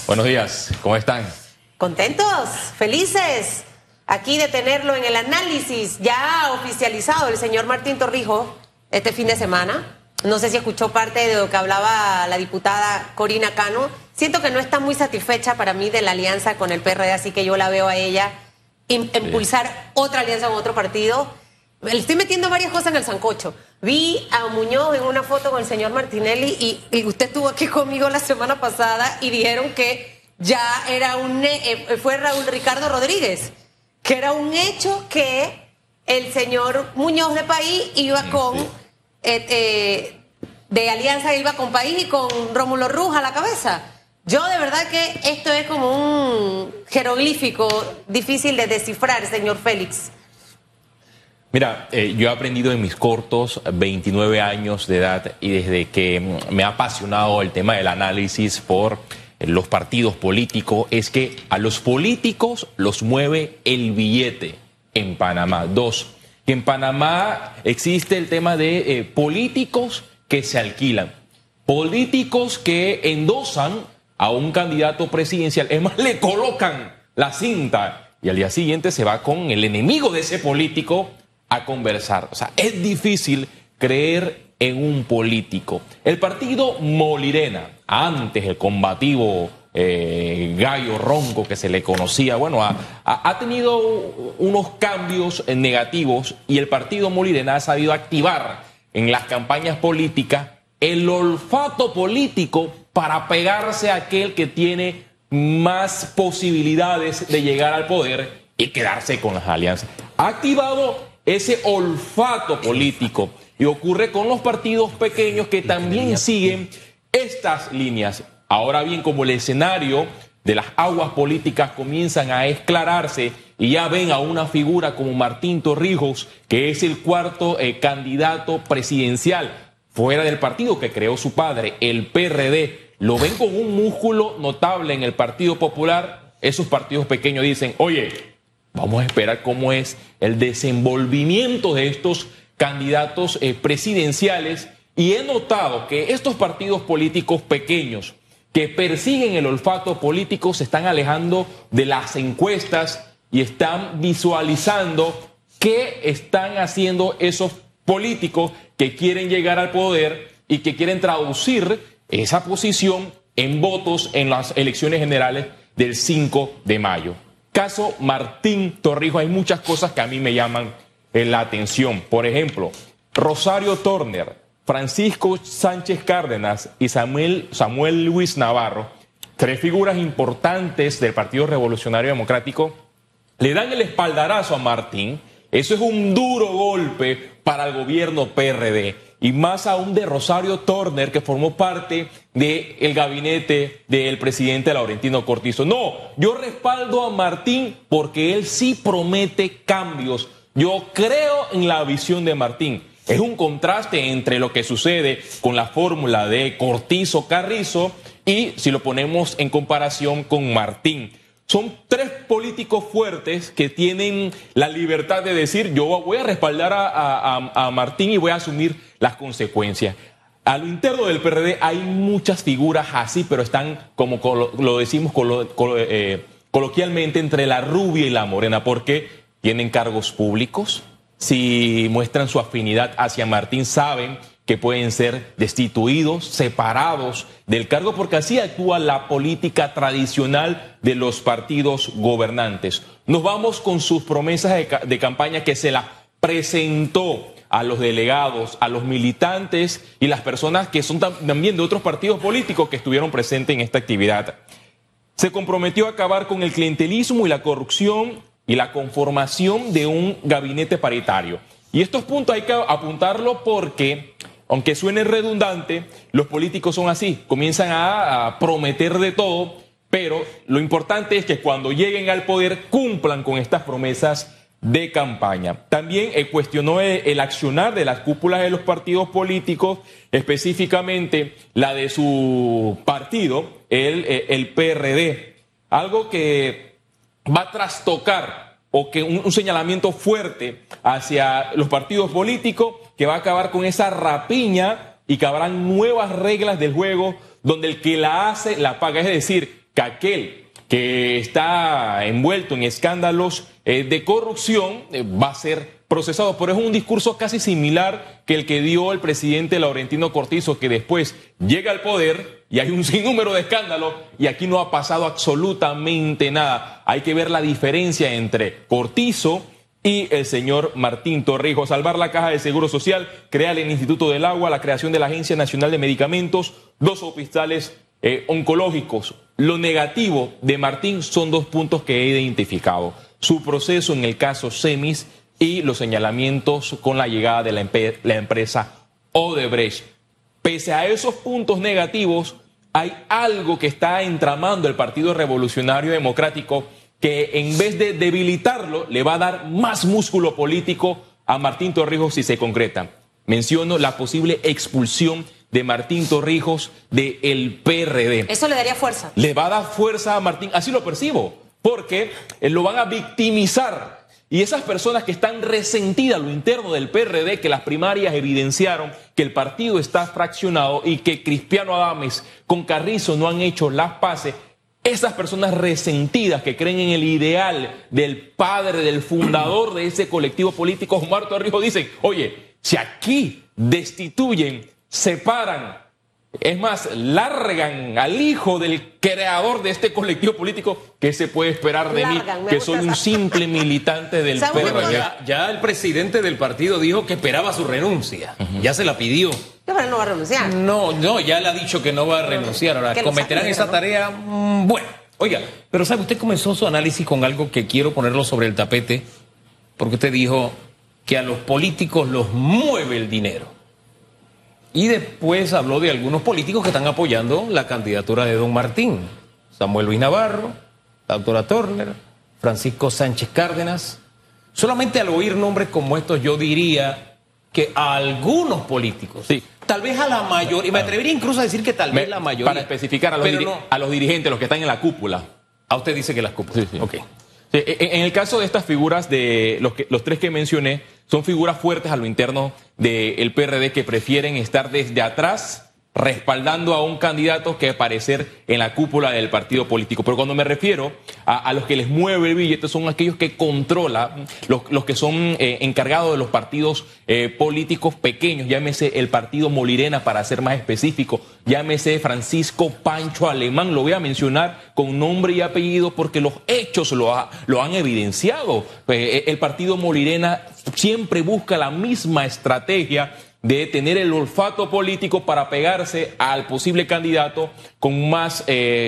Buenos días, ¿cómo están? ¿Contentos? ¿Felices? Aquí de tenerlo en el análisis ya oficializado el señor Martín Torrijos este fin de semana. No sé si escuchó parte de lo que hablaba la diputada Corina Cano. Siento que no está muy satisfecha para mí de la alianza con el PRD, así que yo la veo a ella impulsar otra alianza con otro partido. Le estoy metiendo varias cosas en el sancocho. Vi a Muñoz en una foto con el señor Martinelli y usted estuvo aquí conmigo la semana pasada y dijeron que ya era fue Raúl Ricardo Rodríguez, que era un hecho que el señor Muñoz de País iba con, de alianza iba con País y con Rómulo Ruz a la cabeza. Yo de verdad que esto es como un jeroglífico difícil de descifrar, señor Félix. Mira, yo he aprendido en mis cortos 29 años de edad y desde que me ha apasionado el tema del análisis por los partidos políticos, es que a los políticos los mueve el billete en Panamá. Dos, que en Panamá existe el tema de políticos que se alquilan, políticos que endosan a un candidato presidencial, es más, le colocan la cinta y al día siguiente se va con el enemigo de ese político a conversar. O sea, es difícil creer en un político. El partido Molirena, antes el combativo gallo ronco que se le conocía, bueno, ha tenido unos cambios negativos y el partido Molirena ha sabido activar en las campañas políticas el olfato político para pegarse a aquel que tiene más posibilidades de llegar al poder y quedarse con las alianzas. Ha activado ese olfato político y ocurre con los partidos pequeños que también siguen estas líneas. Ahora bien, como el escenario de las aguas políticas comienzan a esclararse y ya ven a una figura como Martín Torrijos, que es el cuarto candidato presidencial fuera del partido que creó su padre, el PRD, lo ven con un músculo notable en el Partido Popular. Esos partidos pequeños dicen, oye, vamos a esperar cómo es el desenvolvimiento de estos candidatos presidenciales, y he notado que estos partidos políticos pequeños que persiguen el olfato político se están alejando de las encuestas y están visualizando qué están haciendo esos políticos que quieren llegar al poder y que quieren traducir esa posición en votos en las elecciones generales del 5 de mayo. Caso Martín Torrijos, hay muchas cosas que a mí me llaman la atención. Por ejemplo, Rosario Turner, Francisco Sánchez Cárdenas y Samuel Luis Navarro, tres figuras importantes del Partido Revolucionario Democrático, le dan el espaldarazo a Martín. Eso es un duro golpe para el gobierno PRD. Y más aún de Rosario Turner, que formó parte del gabinete del presidente Laurentino Cortizo. No, yo respaldo a Martín porque él sí promete cambios. Yo creo en la visión de Martín. Es un contraste entre lo que sucede con la fórmula de Cortizo-Carrizo y si lo ponemos en comparación con Martín. Son tres políticos fuertes que tienen la libertad de decir, yo voy a respaldar a Martín y voy a asumir las consecuencias. A lo interno del PRD hay muchas figuras así, pero están, como lo decimos coloquialmente, entre la rubia y la morena, porque tienen cargos públicos. Si muestran su afinidad hacia Martín, saben que pueden ser destituidos, separados del cargo, porque así actúa la política tradicional de los partidos gobernantes. Nos vamos con sus promesas de campaña que se las presentó a los delegados, a los militantes y las personas que son también de otros partidos políticos que estuvieron presentes en esta actividad. Se comprometió a acabar con el clientelismo y la corrupción y la conformación de un gabinete paritario. Y estos puntos hay que apuntarlo porque, aunque suene redundante, los políticos son así, comienzan a prometer de todo, pero lo importante es que cuando lleguen al poder cumplan con estas promesas de campaña. También cuestionó el accionar de las cúpulas de los partidos políticos, específicamente la de su partido, el PRD, algo que va a trastocar o que un señalamiento fuerte hacia los partidos políticos que va a acabar con esa rapiña y que habrán nuevas reglas del juego donde el que la hace la paga. Es decir, que aquel que está envuelto en escándalos de corrupción va a ser procesado. Pero es un discurso casi similar que el que dio el presidente Laurentino Cortizo, que después llega al poder y hay un sinnúmero de escándalos y aquí no ha pasado absolutamente nada. Hay que ver la diferencia entre Cortizo y el señor Martín Torrijos. Salvar la Caja de Seguro Social, crear el Instituto del Agua, la creación de la Agencia Nacional de Medicamentos, 2 hospitales oncológicos. Lo negativo de Martín son 2 puntos que he identificado: su proceso en el caso Semis y los señalamientos con la llegada de la empresa Odebrecht. Pese a esos puntos negativos, hay algo que está entramando el Partido Revolucionario Democrático que, en vez de debilitarlo, le va a dar más músculo político a Martín Torrijos si se concreta. Menciono la posible expulsión de Martín Torrijos del PRD. Eso le daría fuerza. Le va a dar fuerza a Martín, así lo percibo, porque lo van a victimizar. Y esas personas que están resentidas a lo interno del PRD, que las primarias evidenciaron que el partido está fraccionado y que Cristiano Adames con Carrizo no han hecho las paces, esas personas resentidas que creen en el ideal del padre, del fundador de ese colectivo político, Omar Torrijos, dicen: oye, si aquí destituyen, separan, es más, largan al hijo del creador de este colectivo político, ¿qué se puede esperar de mí, que soy un simple militante del PRD? Ya el presidente del partido dijo que esperaba su renuncia. Ya se la pidió. Pero él no va a renunciar. No, ya le ha dicho que no va a renunciar. Ahora, ¿cometerán esa tarea? Bueno, oiga, pero sabe, usted comenzó su análisis con algo que quiero ponerlo sobre el tapete, porque usted dijo que a los políticos los mueve el dinero. Y después habló de algunos políticos que están apoyando la candidatura de don Martín: Samuel Luis Navarro, la doctora Turner, Francisco Sánchez Cárdenas. Solamente al oír nombres como estos, yo diría que a algunos políticos, sí, tal vez a la mayoría, y me atrevería incluso a decir que tal vez la mayoría. Para especificar a los dirigentes, los que están en la cúpula. A usted dice que las cúpulas. Sí, sí. Okay. Sí, en el caso de estas figuras, de los 3 que mencioné, son figuras fuertes a lo interno del PRD que prefieren estar desde atrás respaldando a un candidato que aparecer en la cúpula del partido político. Pero cuando me refiero a los que les mueve el billete, son aquellos que controlan, los que son encargados de los partidos políticos pequeños, llámese el partido Molirena, para ser más específico, llámese Francisco Pancho Alemán, lo voy a mencionar con nombre y apellido porque los hechos lo han evidenciado. El partido Molirena siempre busca la misma estrategia de tener el olfato político para pegarse al posible candidato con más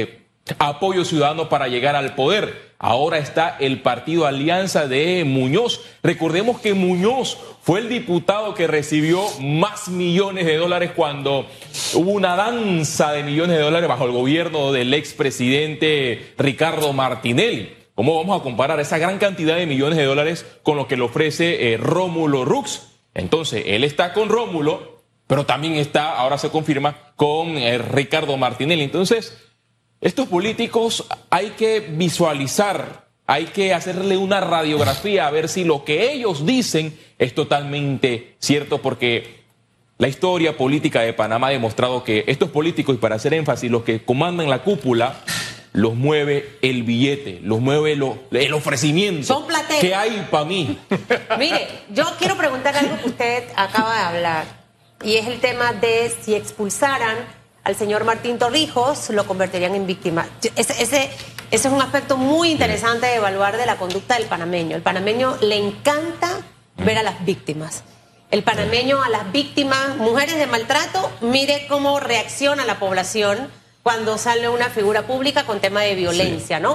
apoyo ciudadano para llegar al poder. Ahora está el partido Alianza de Muñoz. Recordemos que Muñoz fue el diputado que recibió más millones de dólares cuando hubo una danza de millones de dólares bajo el gobierno del expresidente Ricardo Martinelli. ¿Cómo vamos a comparar esa gran cantidad de millones de dólares con lo que le ofrece Rómulo Rux? Entonces, él está con Rómulo, pero también está, ahora se confirma, con Ricardo Martinelli. Entonces, estos políticos hay que visualizar, hay que hacerle una radiografía a ver si lo que ellos dicen es totalmente cierto, porque la historia política de Panamá ha demostrado que estos políticos, y para hacer énfasis, los que comandan la cúpula, los mueve el billete, los mueve el ofrecimiento. Son plateros. ¿Qué hay para mí? Mire, yo quiero preguntar algo que usted acaba de hablar, y es el tema de si expulsaran al señor Martín Torrijos, lo convertirían en víctima. Ese es un aspecto muy interesante de evaluar de la conducta del panameño. El panameño le encanta ver a las víctimas. El panameño a las víctimas, mujeres de maltrato, mire cómo reacciona la población cuando sale una figura pública con tema de violencia, sí, ¿no?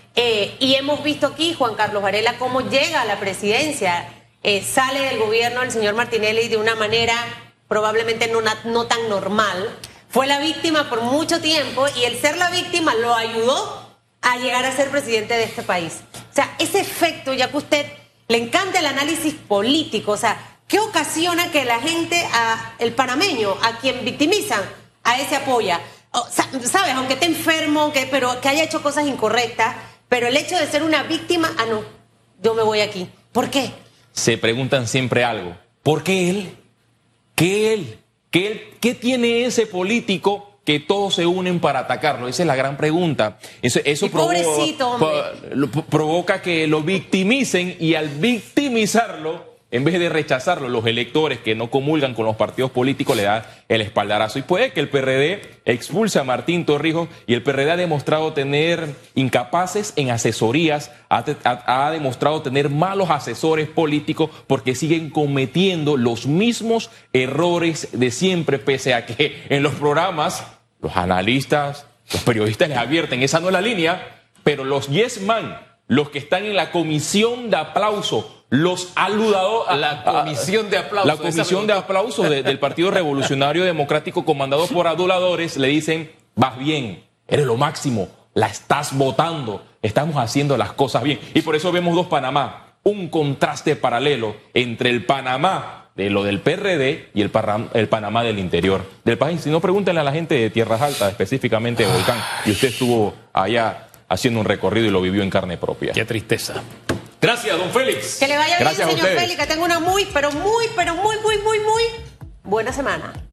Y hemos visto aquí, Juan Carlos Varela, cómo llega a la presidencia, sale del gobierno el señor Martinelli de una manera probablemente no tan normal. Fue la víctima por mucho tiempo y el ser la víctima lo ayudó a llegar a ser presidente de este país. O sea, ese efecto, ya que a usted le encanta el análisis político, o sea, ¿qué ocasiona que la gente, el panameño, a quien victimizan, a ese apoya? ¿Sabes? Aunque esté enfermo, pero que haya hecho cosas incorrectas, pero el hecho de ser una víctima, no, yo me voy aquí. ¿Por qué? Se preguntan siempre algo. ¿Por qué él? ¿Qué él? ¿Qué tiene ese político que todos se unen para atacarlo? Esa es la gran pregunta. Eso provoca que lo victimicen, y al victimizarlo, en vez de rechazarlo, los electores que no comulgan con los partidos políticos le da el espaldarazo. Y puede que el PRD expulse a Martín Torrijos, y el PRD ha demostrado tener incapaces en asesorías, ha demostrado tener malos asesores políticos, porque siguen cometiendo los mismos errores de siempre, pese a que en los programas los analistas, los periodistas les advierten, esa no es la línea, pero los yes man, los que están en la comisión de aplauso, los aludados, la comisión de aplausos. La comisión de aplausos del Partido Revolucionario Democrático, comandado por aduladores, le dicen: vas bien, eres lo máximo, la estás votando, estamos haciendo las cosas bien. Y por eso vemos dos Panamá, un contraste paralelo entre el Panamá de lo del PRD y el Panamá del interior del país. Si no, pregúntenle a la gente de Tierras Altas, específicamente de Volcán, y usted estuvo allá haciendo un recorrido y lo vivió en carne propia. Qué tristeza. Gracias, don Félix. Que le vaya bien, señor Félix, que tenga una muy buena semana.